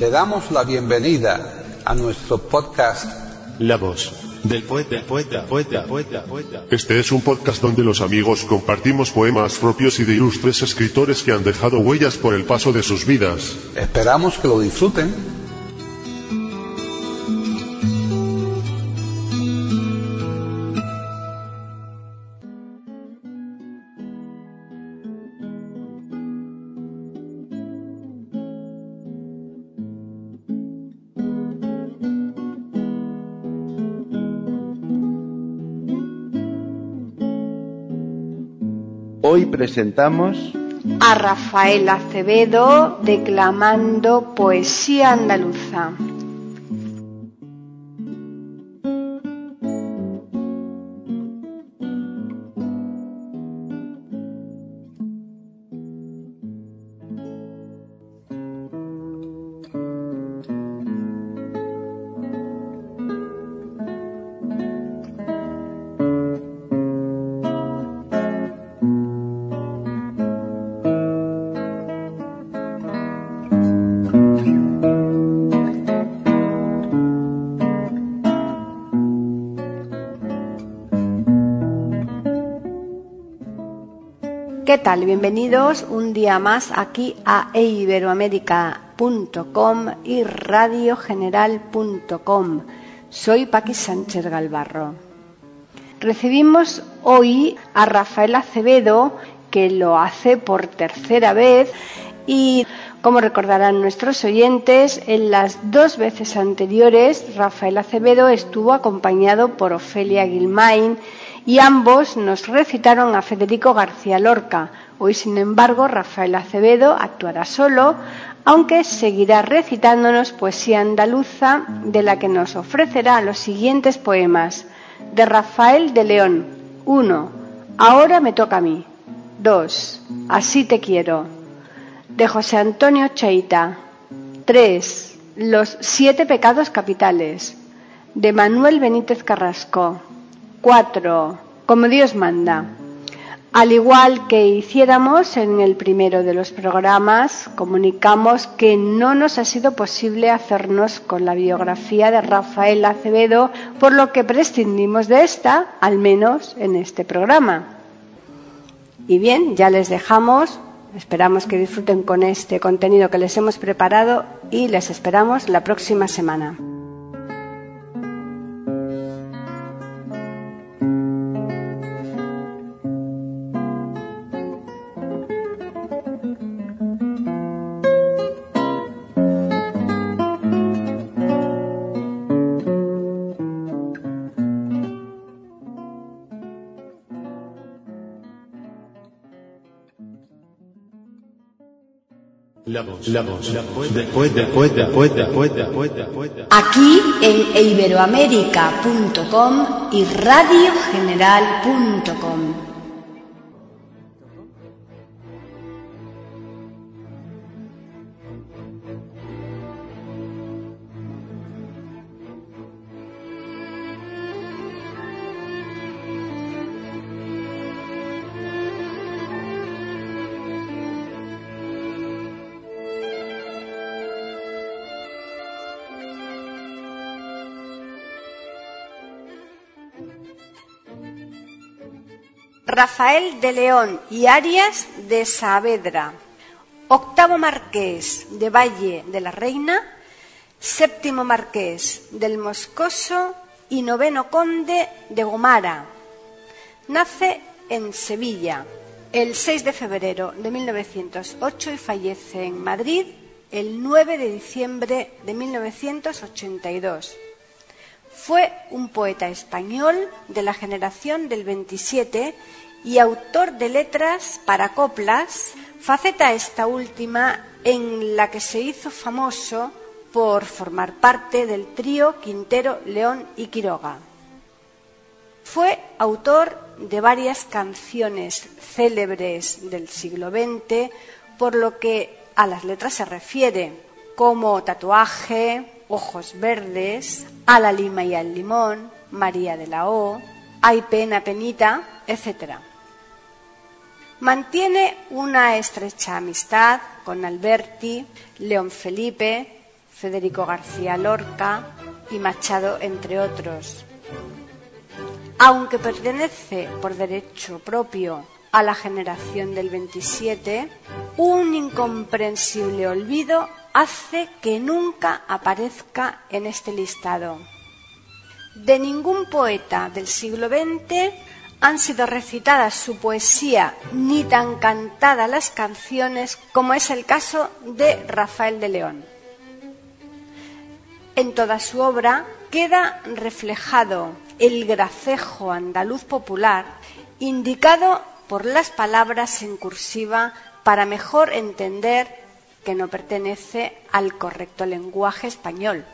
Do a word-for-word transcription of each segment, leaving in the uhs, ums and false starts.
Le damos la bienvenida a nuestro podcast La voz del poeta, poeta, poeta, poeta, poeta. Este es un podcast donde los amigos compartimos poemas propios y de ilustres escritores que han dejado huellas por el paso de sus vidas. Esperamos que lo disfruten. Hoy presentamos a Rafael Acevedo declamando poesía andaluza. ¿Qué tal? Bienvenidos un día más aquí a e iberoamérica punto com y radio general punto com. Soy Paqui Sánchez Galvarro. Recibimos hoy a Rafael Acevedo, que lo hace por tercera vez y, como recordarán nuestros oyentes, en las dos veces anteriores Rafael Acevedo estuvo acompañado por Ofelia Guilmain y ambos nos recitaron a Federico García Lorca. Hoy, sin embargo, Rafael Acevedo actuará solo, aunque seguirá recitándonos poesía andaluza, de la que nos ofrecerá los siguientes poemas. De Rafael de León. uno. Ahora me toca a mí. dos. Así te quiero. De José Antonio Cheita. tres. Los siete pecados capitales. De Manuel Benítez Carrasco. cuatro. Como Dios manda. Al igual que hiciéramos en el primero de los programas, comunicamos que no nos ha sido posible hacernos con la biografía de Rafael Acevedo, por lo que prescindimos de esta, al menos en este programa. Y bien, ya les dejamos. Esperamos que disfruten con este contenido que les hemos preparado y les esperamos la próxima semana. La voz, la voz, la voz del poeta, poeta, poeta, poeta, poeta, poeta. Aquí en e iberoamérica punto com y radio general punto com. Rafael de León y Arias de Saavedra. Octavo marqués de Valle de la Reina, séptimo marqués del Moscoso y noveno conde de Gomara. Nace en Sevilla el seis de febrero de mil novecientos ocho y fallece en Madrid el nueve de diciembre de mil novecientos ochenta y dos. Fue un poeta español de la generación del veintisiete y autor de letras para coplas, faceta esta última en la que se hizo famoso por formar parte del trío Quintero, León y Quiroga. Fue autor de varias canciones célebres del siglo veinte, por lo que a las letras se refiere, como Tatuaje, Ojos verdes, A la lima y al limón, María de la O, Hay pena, penita, etcétera. Mantiene una estrecha amistad con Alberti, León Felipe, Federico García Lorca y Machado, entre otros. Aunque pertenece por derecho propio a la generación del veintisiete, un incomprensible olvido hace que nunca aparezca en este listado. De ningún poeta del siglo veinte han sido recitadas su poesía ni tan cantadas las canciones como es el caso de Rafael de León. En toda su obra queda reflejado el gracejo andaluz popular, indicado por las palabras en cursiva para mejor entender que no pertenece al correcto lenguaje español.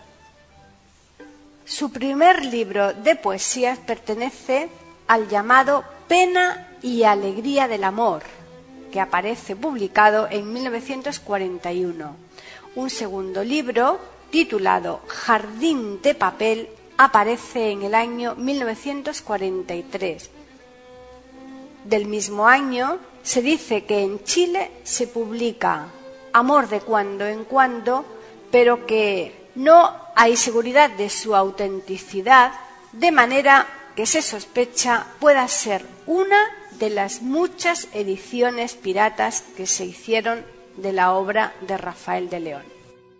Su primer libro de poesías pertenece al llamado Pena y Alegría del Amor, que aparece publicado en mil novecientos cuarenta y uno. Un segundo libro, titulado Jardín de Papel, aparece en el año mil novecientos cuarenta y tres. Del mismo año se dice que en Chile se publica Amor de cuando en cuando, pero que no hay seguridad de su autenticidad, de manera que se sospecha pueda ser una de las muchas ediciones piratas que se hicieron de la obra de Rafael de León.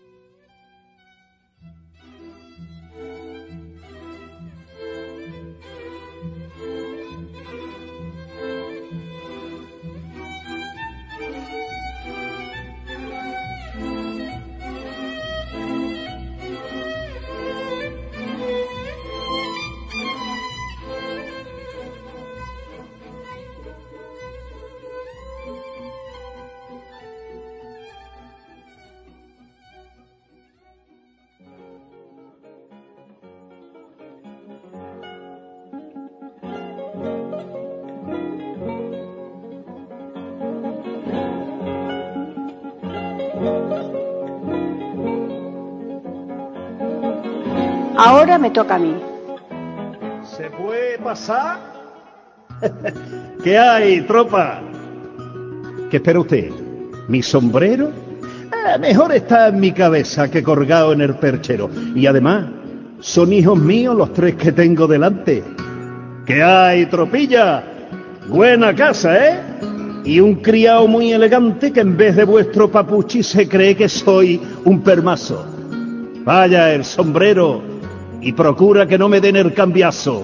Ahora me toca a mí. ¿Se puede pasar? ¿Qué hay, tropa? ¿Qué espera usted? ¿Mi sombrero? Eh, mejor está en mi cabeza que colgado en el perchero. Y además, son hijos míos los tres que tengo delante. ¿Qué hay, tropilla? Buena casa, ¿eh? Y un criado muy elegante que en vez de vuestro papuchi se cree que soy un permazo. Vaya el sombrero y procura que no me den el cambiazo.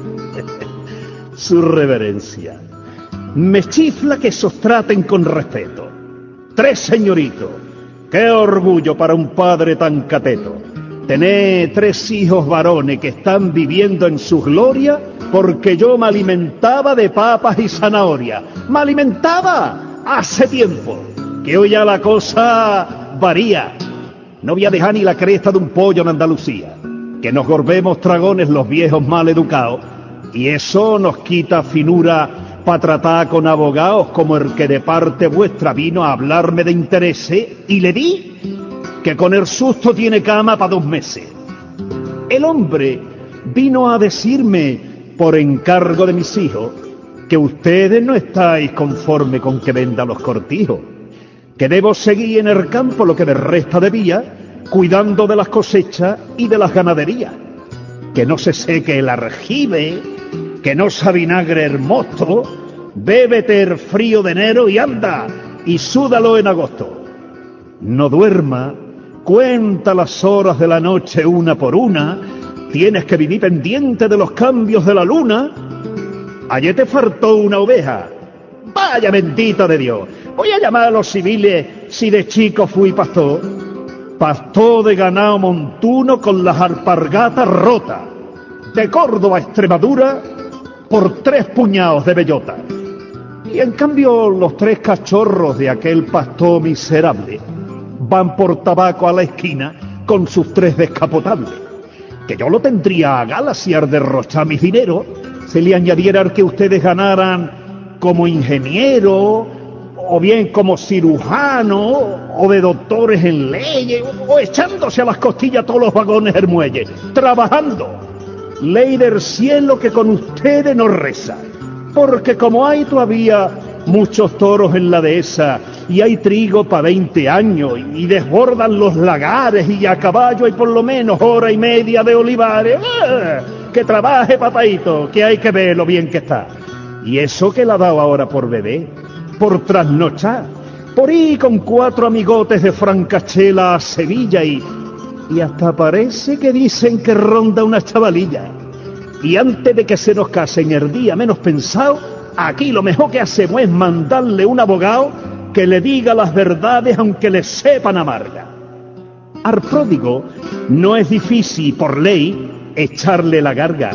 Su reverencia. Me chifla que os traten con respeto. Tres señoritos. Qué orgullo para un padre tan cateto. Tener tres hijos varones que están viviendo en su gloria porque yo me alimentaba de papas y zanahoria. Me alimentaba hace tiempo, que hoy ya la cosa varía. No voy a dejar ni la cresta de un pollo en Andalucía. Que nos gorbemos dragones los viejos mal educados, y eso nos quita finura para tratar con abogados como el que de parte vuestra vino a hablarme de intereses y le di que con el susto tiene cama para dos meses. El hombre vino a decirme, por encargo de mis hijos, que ustedes no estáis conforme con que venda los cortijos, que debo seguir en el campo lo que me resta de vía, cuidando de las cosechas y de las ganaderías, que no se seque el argive, que no se avinagre el mosto, bébete el frío de enero y anda, y súdalo en agosto. No duerma, cuenta las horas de la noche una por una, tienes que vivir pendiente de los cambios de la luna. Ayer te faltó una oveja, vaya bendita de Dios, voy a llamar a los civiles si de chico fui pastor. Pastor de ganado montuno con las alpargatas rotas, de Córdoba a Extremadura, por tres puñados de bellota. Y en cambio los tres cachorros de aquel pastor miserable van por tabaco a la esquina con sus tres descapotables. Que yo lo tendría a gala si al derrochar mis dineros se le añadiera el que ustedes ganaran como ingeniero, o bien como cirujano, o de doctores en leyes, o echándose a las costillas todos los vagones del muelle, trabajando. Ley del cielo que con ustedes no reza, porque como hay todavía muchos toros en la dehesa y hay trigo para veinte años, y desbordan los lagares, y a caballo hay por lo menos hora y media de olivares. ¡Ah! Que trabaje, papaito, que hay que ver lo bien que está. Y eso que le ha dado ahora por beber, por trasnochar, por ir con cuatro amigotes de Francachela a Sevilla, y, y hasta parece que dicen que ronda una chavalilla. Y antes de que se nos casen el día menos pensado, aquí lo mejor que hacemos es mandarle un abogado que le diga las verdades aunque le sepan amarga. Al pródigo no es difícil por ley echarle la garga.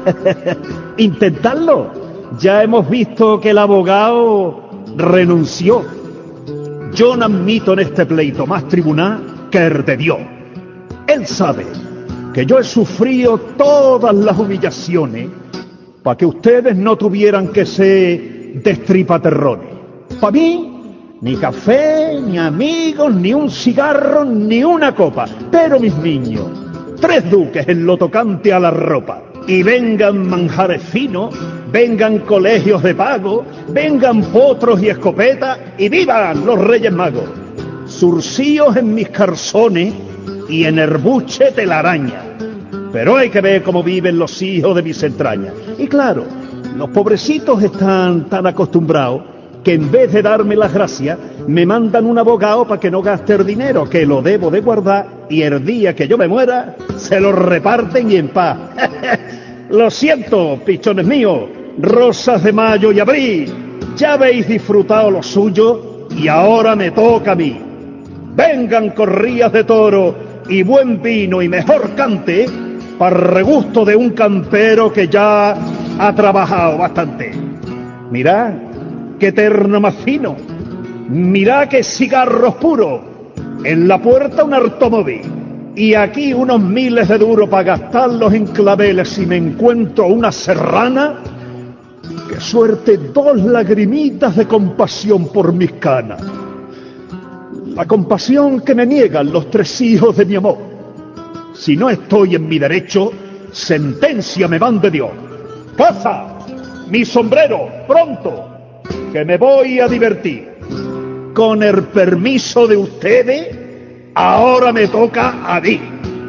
Intentadlo. Ya hemos visto que el abogado renunció. Yo no admito en este pleito más tribunal que el de Dios. Él sabe que yo he sufrido todas las humillaciones para que ustedes no tuvieran que ser destripaterrones. Para mí, ni café, ni amigos, ni un cigarro, ni una copa. Pero mis niños, tres duques en lo tocante a la ropa. Y vengan manjares finos, vengan colegios de pago, vengan potros y escopetas, y vivan los Reyes Magos. Surcíos en mis calzones y en el buche telaraña. Pero hay que ver cómo viven los hijos de mis entrañas. Y claro, los pobrecitos están tan acostumbrados que en vez de darme las gracias, me mandan un abogado para que no gaste el dinero, que lo debo de guardar, y el día que yo me muera, se lo reparten y en paz. Lo siento, pichones míos, rosas de mayo y abril, ya habéis disfrutado lo suyo y ahora me toca a mí. Vengan corridas de toro y buen vino y mejor cante, para regusto de un campero que ya ha trabajado bastante. Mirad qué terno más fino, mirad qué cigarros puros, en la puerta un automóvil, y aquí unos miles de duros para gastarlos en claveles si me encuentro una serrana que suerte dos lagrimitas de compasión por mis canas. La compasión que me niegan los tres hijos de mi amor. Si no estoy en mi derecho, sentencia me van de Dios. ¡Pasa! ¡Mi sombrero! ¡Pronto! Que me voy a divertir. Con el permiso de ustedes, ahora me toca a mí.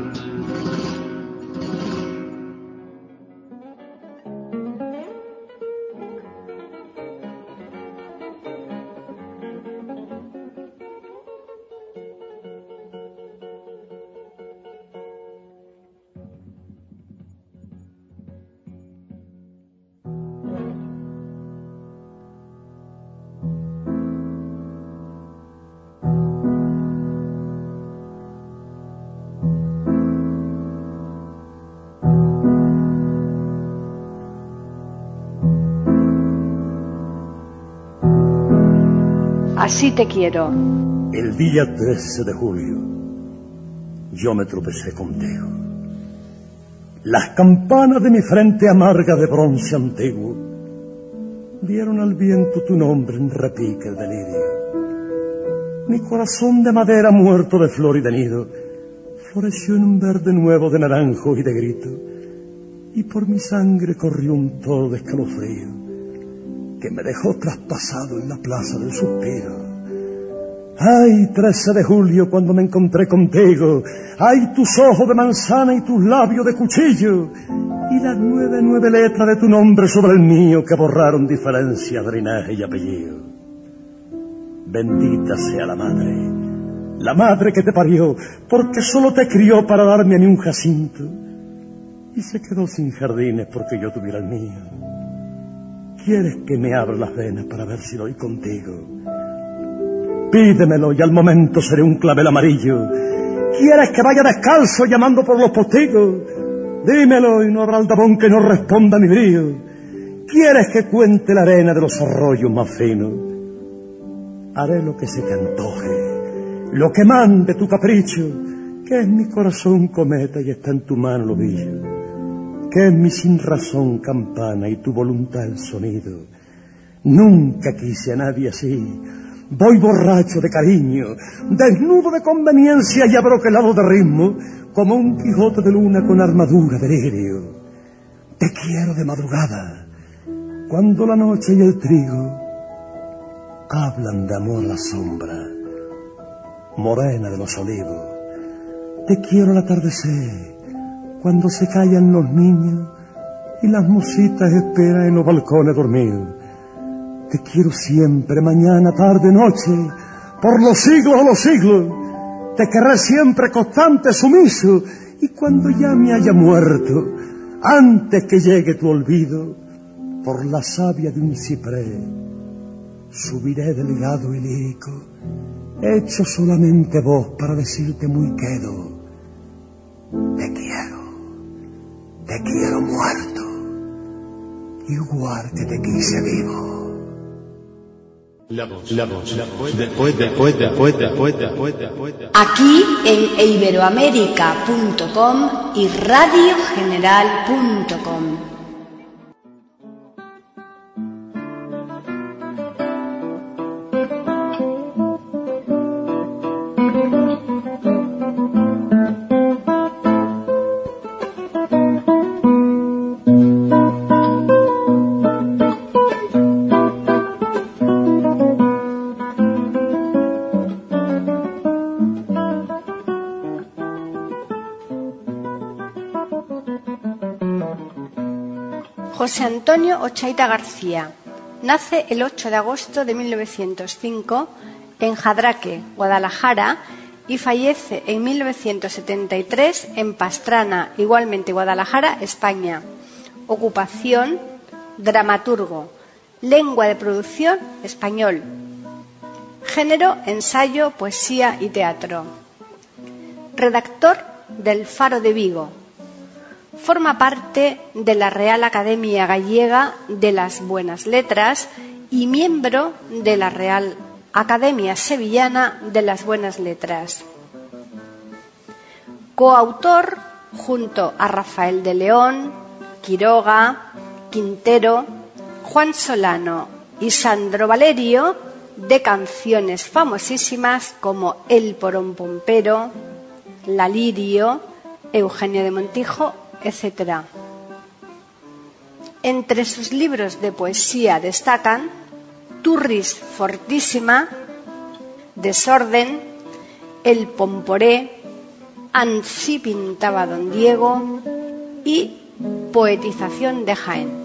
Así te quiero. El día trece de julio, yo me tropecé contigo. Las campanas de mi frente amarga de bronce antiguo dieron al viento tu nombre en repique el delirio. Mi corazón de madera muerto de flor y de nido floreció en un verde nuevo de naranjo y de grito, y por mi sangre corrió un toro de escalofrío que me dejó traspasado en la plaza del suspiro. Ay, trece de julio, cuando me encontré contigo, ay, tus ojos de manzana y tus labios de cuchillo, y las nueve, nueve letras de tu nombre sobre el mío que borraron diferencia de linaje y apellido. Bendita sea la madre, la madre que te parió, porque solo te crió para darme a mí un jacinto, y se quedó sin jardines porque yo tuviera el mío. ¿Quieres que me abra las venas para ver si doy contigo? Pídemelo y al momento seré un clavel amarillo. ¿Quieres que vaya descalzo llamando por los postigos? Dímelo y no habrá aldabón que no responda a mi brío. ¿Quieres que cuente la arena de los arroyos más finos? Haré lo que se te antoje, lo que mande tu capricho, que es mi corazón cometa y está en tu mano el ovillo. Que es mi sin razón campana y tu voluntad el sonido. Nunca quise a nadie así. Voy borracho de cariño, desnudo de conveniencia y abroquelado de ritmo, como un Quijote de luna con armadura de lirio. Te quiero de madrugada, cuando la noche y el trigo hablan de amor a la sombra, morena de los olivos. Te quiero al atardecer, cuando se callan los niños y las mositas esperan en los balcones dormidos. Te quiero siempre, mañana, tarde, noche, por los siglos de los siglos. Te querré siempre constante, sumiso, y cuando ya me haya muerto, antes que llegue tu olvido, por la savia de un ciprés, subiré delgado y lírico, hecho solamente voz para decirte muy quedo. Te quiero, te quiero muerto, igual que te quise vivo. La voz, la voz, la voz, después, después, después, después, después, después. Aquí en iberoamérica punto com y radio general punto com. José Antonio Ochaita García nace el ocho de agosto de mil novecientos cinco en Jadraque, Guadalajara, y fallece en mil novecientos setenta y tres en Pastrana, igualmente Guadalajara, España. Ocupación: dramaturgo. Lengua de producción: español. Género: ensayo, poesía y teatro. Redactor del Faro de Vigo. Forma parte de la Real Academia Gallega de las Buenas Letras y miembro de la Real Academia Sevillana de las Buenas Letras. Coautor, junto a Rafael de León, Quiroga, Quintero, Juan Solano y Sandro Valerio, de canciones famosísimas como El Porón Pompero, La Lirio, Eugenio de Montijo, etcétera. Entre sus libros de poesía destacan Turris Fortísima, Desorden, El Pomporé, Ansí pintaba don Diego y Poetización de Jaén.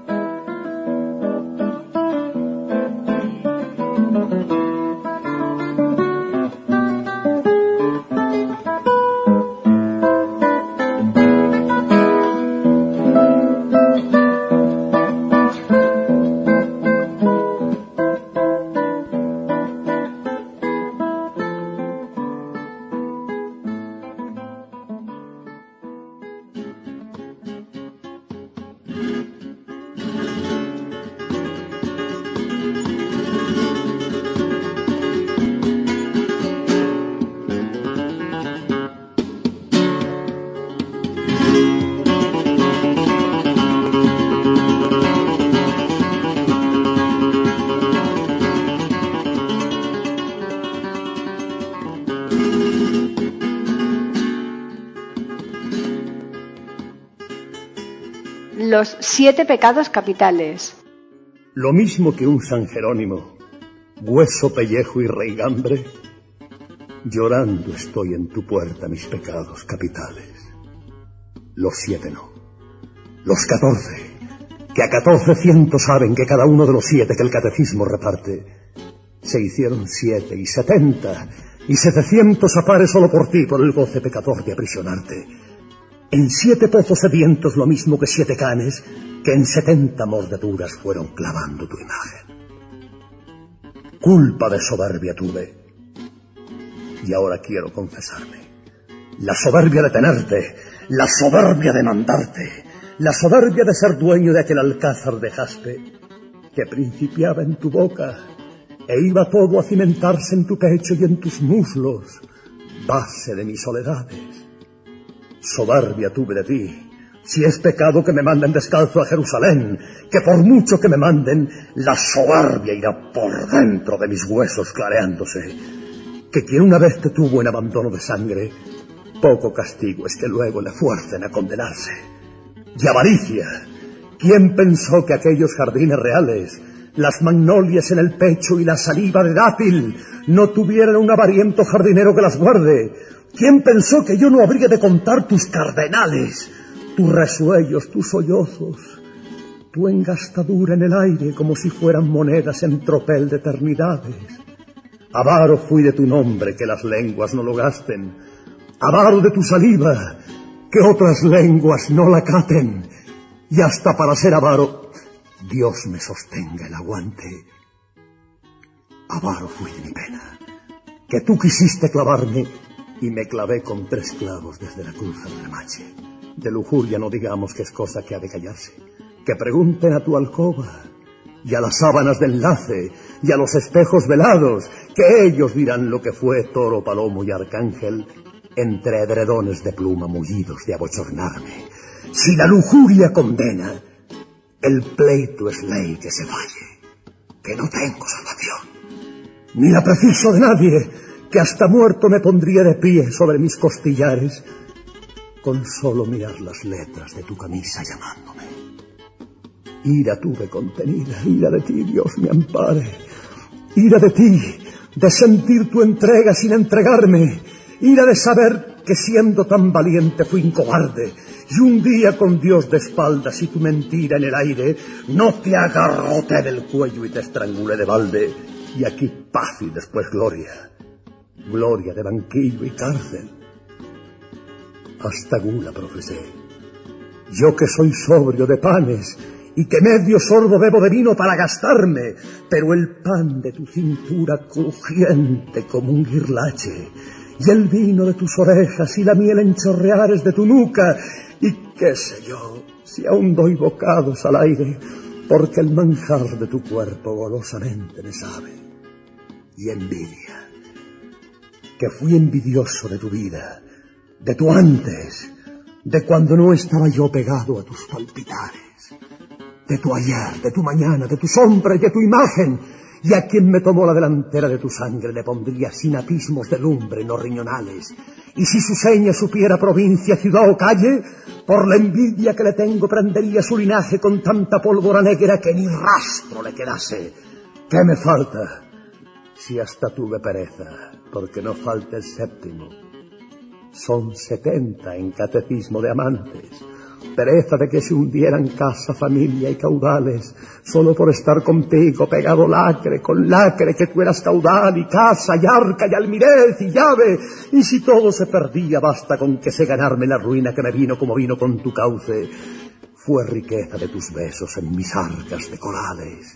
Los siete pecados capitales. Lo mismo que un San Jerónimo, hueso, pellejo y raigambre, llorando estoy en tu puerta mis pecados capitales. Los siete no, los catorce, que a catorce cientos saben que cada uno de los siete que el catecismo reparte, se hicieron siete y setenta y setecientos a pares solo por ti, por el goce pecador de aprisionarte. En siete pozos sedientos lo mismo que siete canes, que en setenta mordeduras fueron clavando tu imagen. Culpa de soberbia tuve, y ahora quiero confesarme. La soberbia de tenerte, la soberbia de mandarte, la soberbia de ser dueño de aquel alcázar de jaspe, que principiaba en tu boca, e iba todo a cimentarse en tu pecho y en tus muslos, base de mis soledades. Soberbia tuve de ti, si es pecado que me manden descalzo a Jerusalén, que por mucho que me manden, la soberbia irá por dentro de mis huesos clareándose, que quien una vez te tuvo en abandono de sangre, poco castigo es que luego le fuercen a condenarse. Y avaricia, ¿quién pensó que aquellos jardines reales, las magnolias en el pecho y la saliva de dátil no tuvieran un avariento jardinero que las guarde? ¿Quién pensó que yo no habría de contar tus cardenales, tus resuellos, tus sollozos, tu engastadura en el aire como si fueran monedas en tropel de eternidades? Avaro fui de tu nombre, que las lenguas no lo gasten. Avaro de tu saliva, que otras lenguas no la caten. Y hasta para ser avaro, Dios me sostenga el aguante. Avaro fui de mi pena, que tú quisiste clavarme, y me clavé con tres clavos desde la cruz al remache. De lujuria no digamos que es cosa que ha de callarse. Que pregunten a tu alcoba, y a las sábanas de enlace, y a los espejos velados, que ellos dirán lo que fue toro, palomo y arcángel, entre edredones de pluma mullidos de abochornarme. Si la lujuria condena, el pleito es ley que se falle, que no tengo salvación, ni la preciso de nadie, que hasta muerto me pondría de pie sobre mis costillares, con solo mirar las letras de tu camisa llamándome. Ira tuve contenida, ira de ti, Dios me ampare, ira de ti, de sentir tu entrega sin entregarme, ira de saber que siendo tan valiente fui un cobarde, y un día con Dios de espaldas y tu mentira en el aire, no te agarrote del cuello y te estrangule de balde, y aquí paz y después gloria, gloria de banquillo y cárcel. Hasta gula profesé, yo que soy sobrio de panes, y que medio sorbo bebo de vino para gastarme, pero el pan de tu cintura crujiente como un guirlache, y el vino de tus orejas y la miel en chorreares de tu nuca, y qué sé yo, si aún doy bocados al aire, porque el manjar de tu cuerpo golosamente me sabe. Y envidia, que fui envidioso de tu vida, de tu antes, de cuando no estaba yo pegado a tus palpitares, de tu ayer, de tu mañana, de tu sombra y de tu imagen, y a quien me tomó la delantera de tu sangre le pondría sin apismos de lumbre no riñonales, y si su seña supiera provincia, ciudad o calle, por la envidia que le tengo prendería su linaje con tanta pólvora negra que ni rastro le quedase. ¿Qué me falta? Si hasta tuve pereza, porque no falta el séptimo. Son setenta en catecismo de amantes. Pereza de que se hundieran casa, familia y caudales, solo por estar contigo pegado lacre con lacre, que tú eras caudal y casa y arca y almirez y llave, y si todo se perdía basta con que sé ganarme la ruina que me vino como vino con tu cauce. Fue riqueza de tus besos en mis arcas de corales.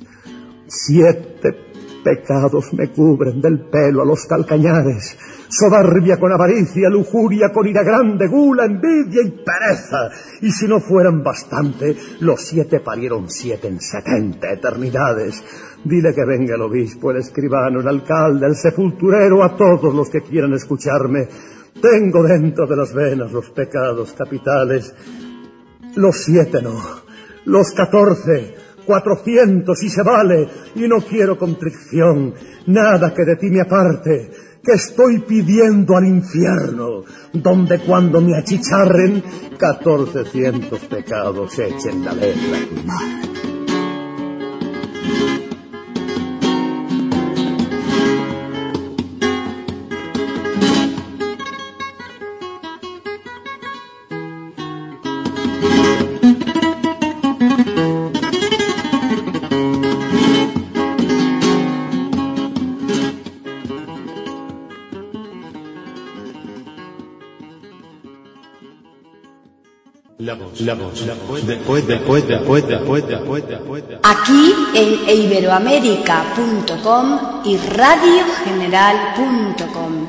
Siete pecados me cubren del pelo a los calcañares, soberbia con avaricia, lujuria con ira grande, gula, envidia y pereza. Y si no fueran bastante, los siete parieron siete en setenta eternidades. Dile que venga el obispo, el escribano, el alcalde, el sepulturero, a todos los que quieran escucharme. Tengo dentro de las venas los pecados capitales. Los siete no, los catorce, cuatrocientos si se vale, y no quiero contrición, nada que de ti me aparte, que estoy pidiendo al infierno, donde cuando me achicharren, catorcecientos pecados echen la letra a tu madre. Aquí en iberoamérica punto com y radio general punto com.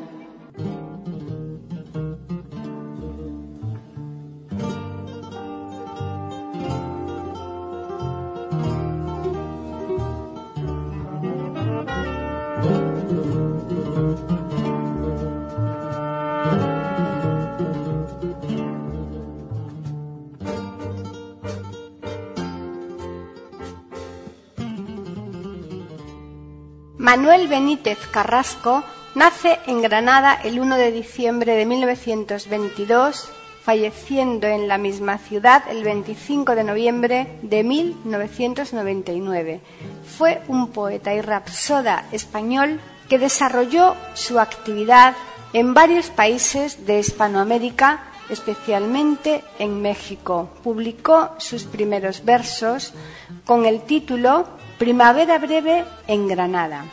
Manuel Benítez Carrasco nace en Granada el uno de diciembre de mil novecientos veintidós falleciendo en la misma ciudad el veinticinco de noviembre de mil novecientos noventa y nueve. Fue un poeta y rapsoda español que desarrolló su actividad en varios países de Hispanoamérica, especialmente en México. Publicó sus primeros versos con el título Primavera breve en Granada.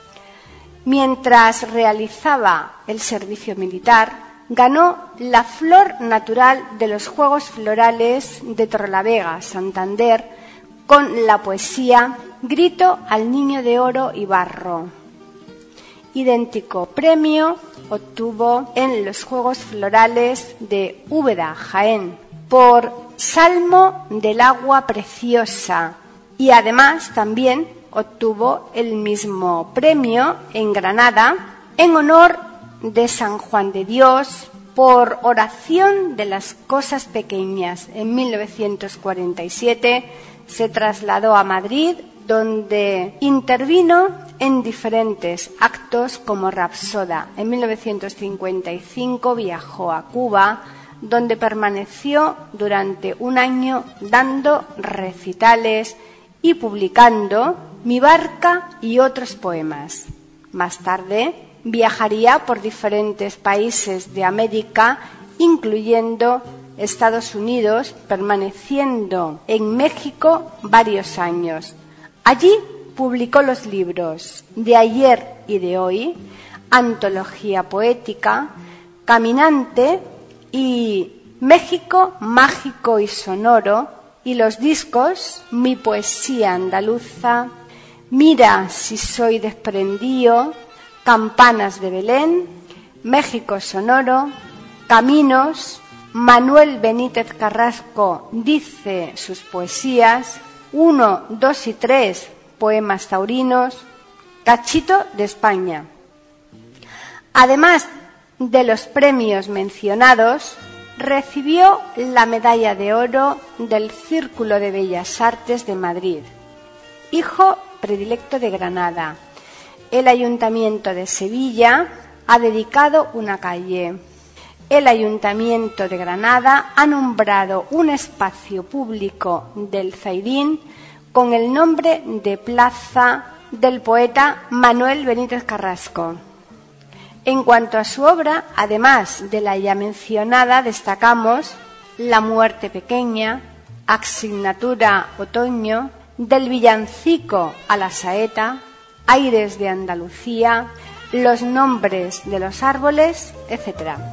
Mientras realizaba el servicio militar, ganó la flor natural de los Juegos Florales de Torrelavega, Santander, con la poesía Grito al Niño de Oro y Barro. Idéntico premio obtuvo en los Juegos Florales de Úbeda, Jaén, por Salmo del Agua Preciosa, y además también obtuvo el mismo premio en Granada en honor de San Juan de Dios por Oración de las Cosas Pequeñas. En mil novecientos cuarenta y siete se trasladó a Madrid, donde intervino en diferentes actos como rapsoda. En mil novecientos cincuenta y cinco viajó a Cuba, donde permaneció durante un año dando recitales y publicando Mi barca y otros poemas. Más tarde viajaría por diferentes países de América, incluyendo Estados Unidos, permaneciendo en México varios años. Allí publicó los libros De ayer y de hoy, Antología poética, Caminante y México mágico y sonoro, y los discos Mi poesía andaluza, Mira si soy desprendío, Campanas de Belén, México sonoro, Caminos, Manuel Benítez Carrasco dice sus poesías, uno, dos y tres, poemas taurinos, Cachito de España. Además de los premios mencionados, recibió la medalla de oro del Círculo de Bellas Artes de Madrid. Hijo predilecto de Granada. El Ayuntamiento de Sevilla ha dedicado una calle. El Ayuntamiento de Granada ha nombrado un espacio público del Zaidín con el nombre de Plaza del poeta Manuel Benítez Carrasco. En cuanto a su obra, además de la ya mencionada, destacamos La muerte pequeña, Asignatura otoño, Del villancico a la saeta, Aires de Andalucía, Los nombres de los árboles, etcétera.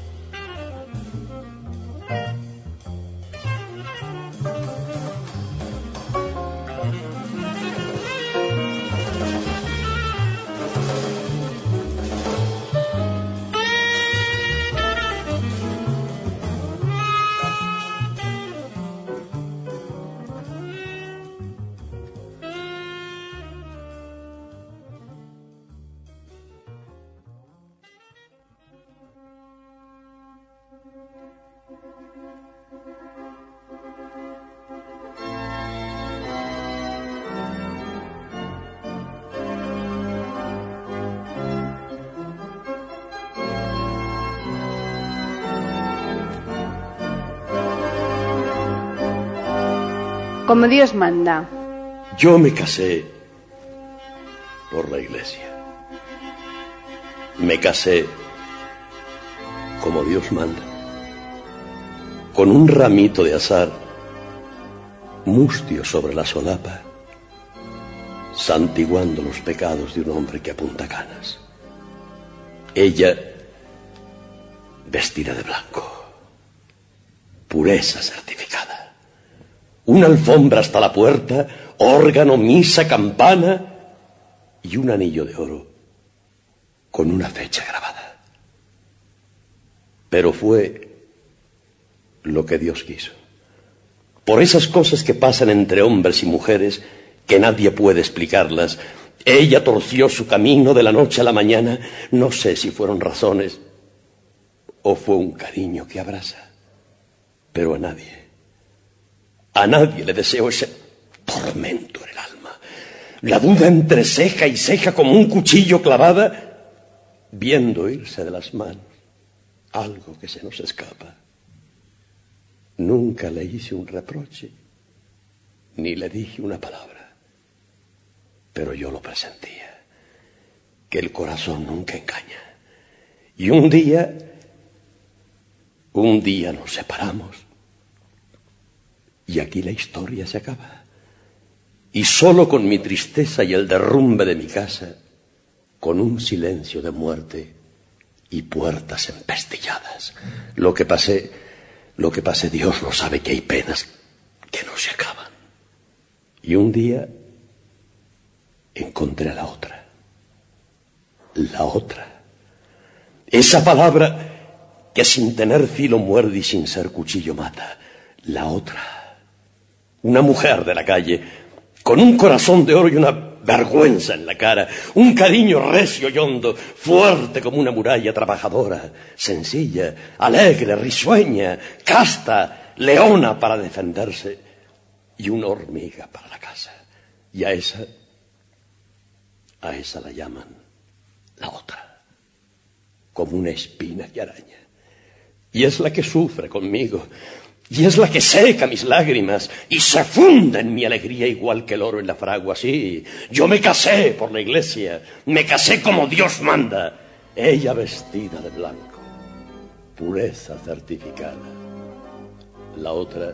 Como Dios manda. Yo me casé por la iglesia. Me casé como Dios manda, con un ramito de azar mustio sobre la solapa, santiguando los pecados de un hombre que apunta canas. Ella vestida de blanco, pureza certificada. Una alfombra hasta la puerta, órgano, misa, campana y un anillo de oro con una fecha grabada. Pero fue lo que Dios quiso. Por esas cosas que pasan entre hombres y mujeres, que nadie puede explicarlas, ella torció su camino de la noche a la mañana. No sé si fueron razones o fue un cariño que abraza, pero a nadie, a nadie le deseo ese tormento en el alma, la duda entre ceja y ceja como un cuchillo clavada, viendo irse de las manos algo que se nos escapa. Nunca le hice un reproche, ni le dije una palabra, pero yo lo presentía, que el corazón nunca engaña. Y un día, un día nos separamos, y aquí la historia se acaba. Y solo con mi tristeza y el derrumbe de mi casa, con un silencio de muerte y puertas empestilladas, lo que pasé... Lo que pase, Dios lo sabe, que hay penas que no se acaban. Y un día encontré a la otra. La otra. Esa palabra que sin tener filo muerde y sin ser cuchillo mata. La otra. Una mujer de la calle, con un corazón de oro y una vergüenza en la cara, un cariño recio y hondo, fuerte como una muralla, trabajadora, sencilla, alegre, risueña, casta, leona para defenderse y una hormiga para la casa. Y a esa, a esa la llaman la otra, como una espina que araña. Y es la que sufre conmigo, y es la que seca mis lágrimas y se funde en mi alegría igual que el oro en la fragua. Sí, yo me casé por la iglesia, me casé como Dios manda, ella vestida de blanco, pureza certificada. La otra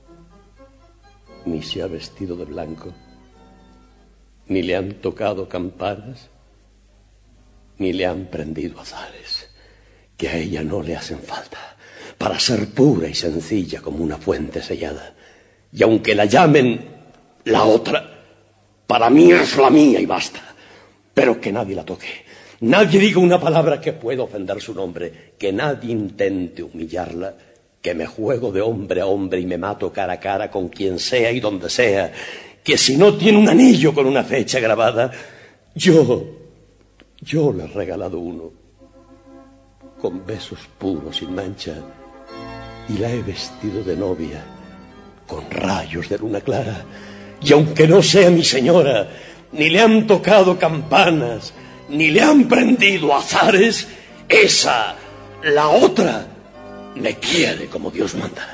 ni se ha vestido de blanco, ni le han tocado campanas, ni le han prendido azares, que a ella no le hacen falta, para ser pura y sencilla como una fuente sellada. Y aunque la llamen la otra, para mí es la mía y basta. Pero que nadie la toque, nadie diga una palabra que pueda ofender su nombre, que nadie intente humillarla, que me juego de hombre a hombre y me mato cara a cara con quien sea y donde sea, que si no tiene un anillo con una fecha grabada, yo, yo le he regalado uno, con besos puros sin mancha, y la he vestido de novia con rayos de luna clara. Y aunque no sea mi señora, ni le han tocado campanas, ni le han prendido azares, esa, la otra, me quiere como Dios manda.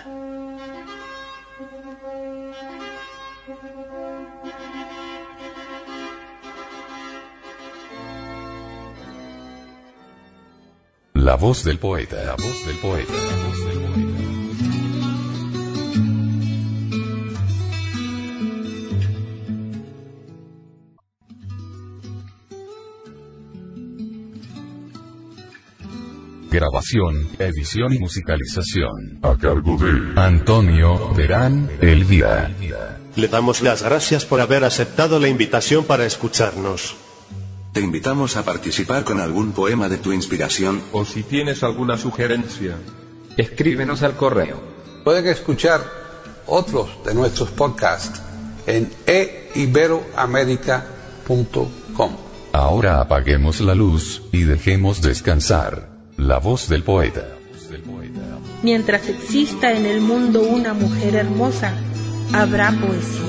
La voz del poeta, la voz del poeta, la voz del poeta. Grabación, edición y musicalización A cargo de Antonio Terán Elvira. Le damos las gracias por haber aceptado la invitación para escucharnos. Te invitamos a participar con algún poema de tu inspiración. O si tienes alguna sugerencia, escríbenos al correo. Pueden escuchar otros de nuestros podcasts en e iberoamerica punto com. Ahora apaguemos la luz y dejemos descansar la voz del poeta. Mientras exista en el mundo una mujer hermosa, habrá poesía.